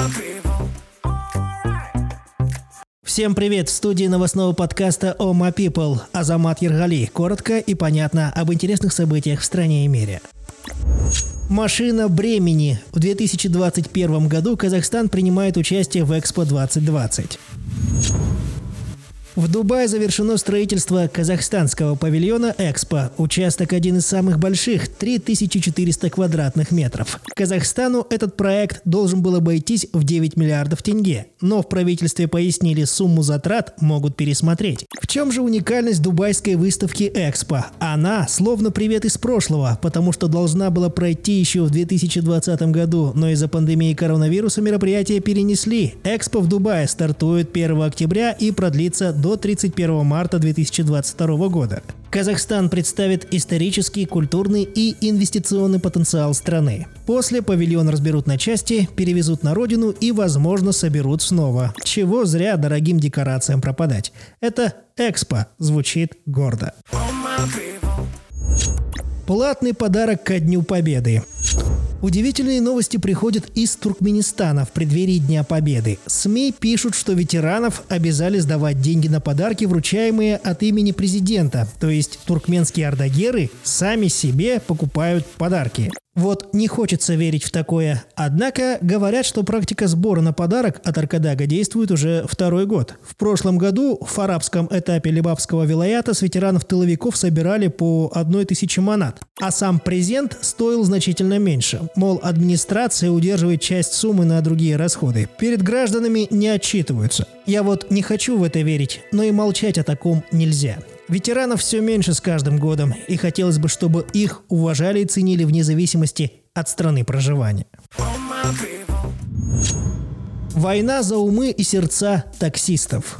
Всем привет! В студии новостного подкаста «О My People» Азамат Ергали. Коротко и понятно об интересных событиях в стране и мире. Машина бремени. В 2021 году Казахстан принимает участие в Экспо 2020. В Дубае завершено строительство казахстанского павильона «Экспо». Участок один из самых больших – 3400 квадратных метров. Казахстану этот проект должен был обойтись в 9 миллиардов тенге, но в правительстве пояснили, сумму затрат могут пересмотреть. В чем же уникальность дубайской выставки «Экспо»? Она словно привет из прошлого, потому что должна была пройти еще в 2020 году, но из-за пандемии коронавируса мероприятие перенесли. «Экспо» в Дубае стартует 1 октября и продлится до 31 марта 2022 года. Казахстан представит исторический, культурный и инвестиционный потенциал страны. После павильон разберут на части, перевезут на родину и, возможно, соберут снова. Чего зря дорогим декорациям пропадать. Это «Экспо» звучит гордо. Платный подарок ко Дню Победы. Удивительные новости приходят из Туркменистана в преддверии Дня Победы. СМИ пишут, что ветеранов обязали сдавать деньги на подарки, вручаемые от имени президента. То есть туркменские ардагеры сами себе покупают подарки. Вот не хочется верить в такое. Однако говорят, что практика сбора на подарок от Аркадага действует уже второй год. В прошлом году в арабском этапе Лебапского вилаята с ветеранов-тыловиков собирали по 1000 манат. А сам презент стоил значительно меньше. Мол, администрация удерживает часть суммы на другие расходы. Перед гражданами не отчитываются. Я вот не хочу в это верить, но и молчать о таком нельзя. Ветеранов все меньше с каждым годом, и хотелось бы, чтобы их уважали и ценили вне зависимости от страны проживания. Война за умы и сердца таксистов.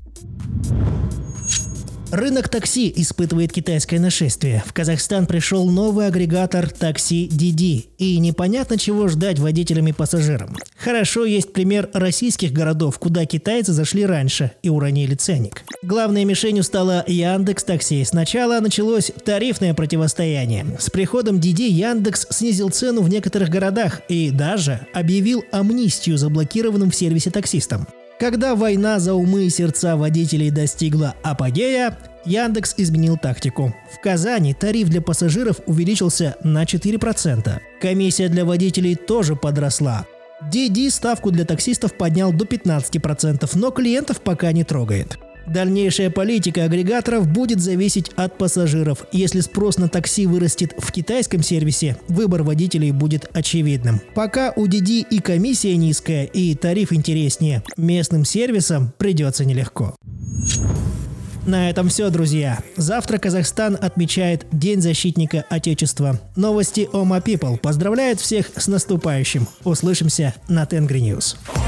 Рынок такси испытывает китайское нашествие. В Казахстан пришел новый агрегатор такси Didi. И непонятно, чего ждать водителям и пассажирам. Хорошо, есть пример российских городов, куда китайцы зашли раньше и уронили ценник. Главной мишенью стала Яндекс.Такси. Сначала началось тарифное противостояние. С приходом Didi Яндекс снизил цену в некоторых городах и даже объявил амнистию заблокированным в сервисе таксистам. Когда война за умы и сердца водителей достигла апогея, Яндекс изменил тактику. В Казани тариф для пассажиров увеличился на 4%. Комиссия для водителей тоже подросла. Didi ставку для таксистов поднял до 15%, но клиентов пока не трогает. Дальнейшая политика агрегаторов будет зависеть от пассажиров. Если спрос на такси вырастет в китайском сервисе, выбор водителей будет очевидным. Пока у Didi и комиссия низкая, и тариф интереснее, местным сервисам придется нелегко. На этом все, друзья. Завтра Казахстан отмечает День защитника Отечества. Новости О My People поздравляют всех с наступающим. Услышимся на Тенгри Ньюс.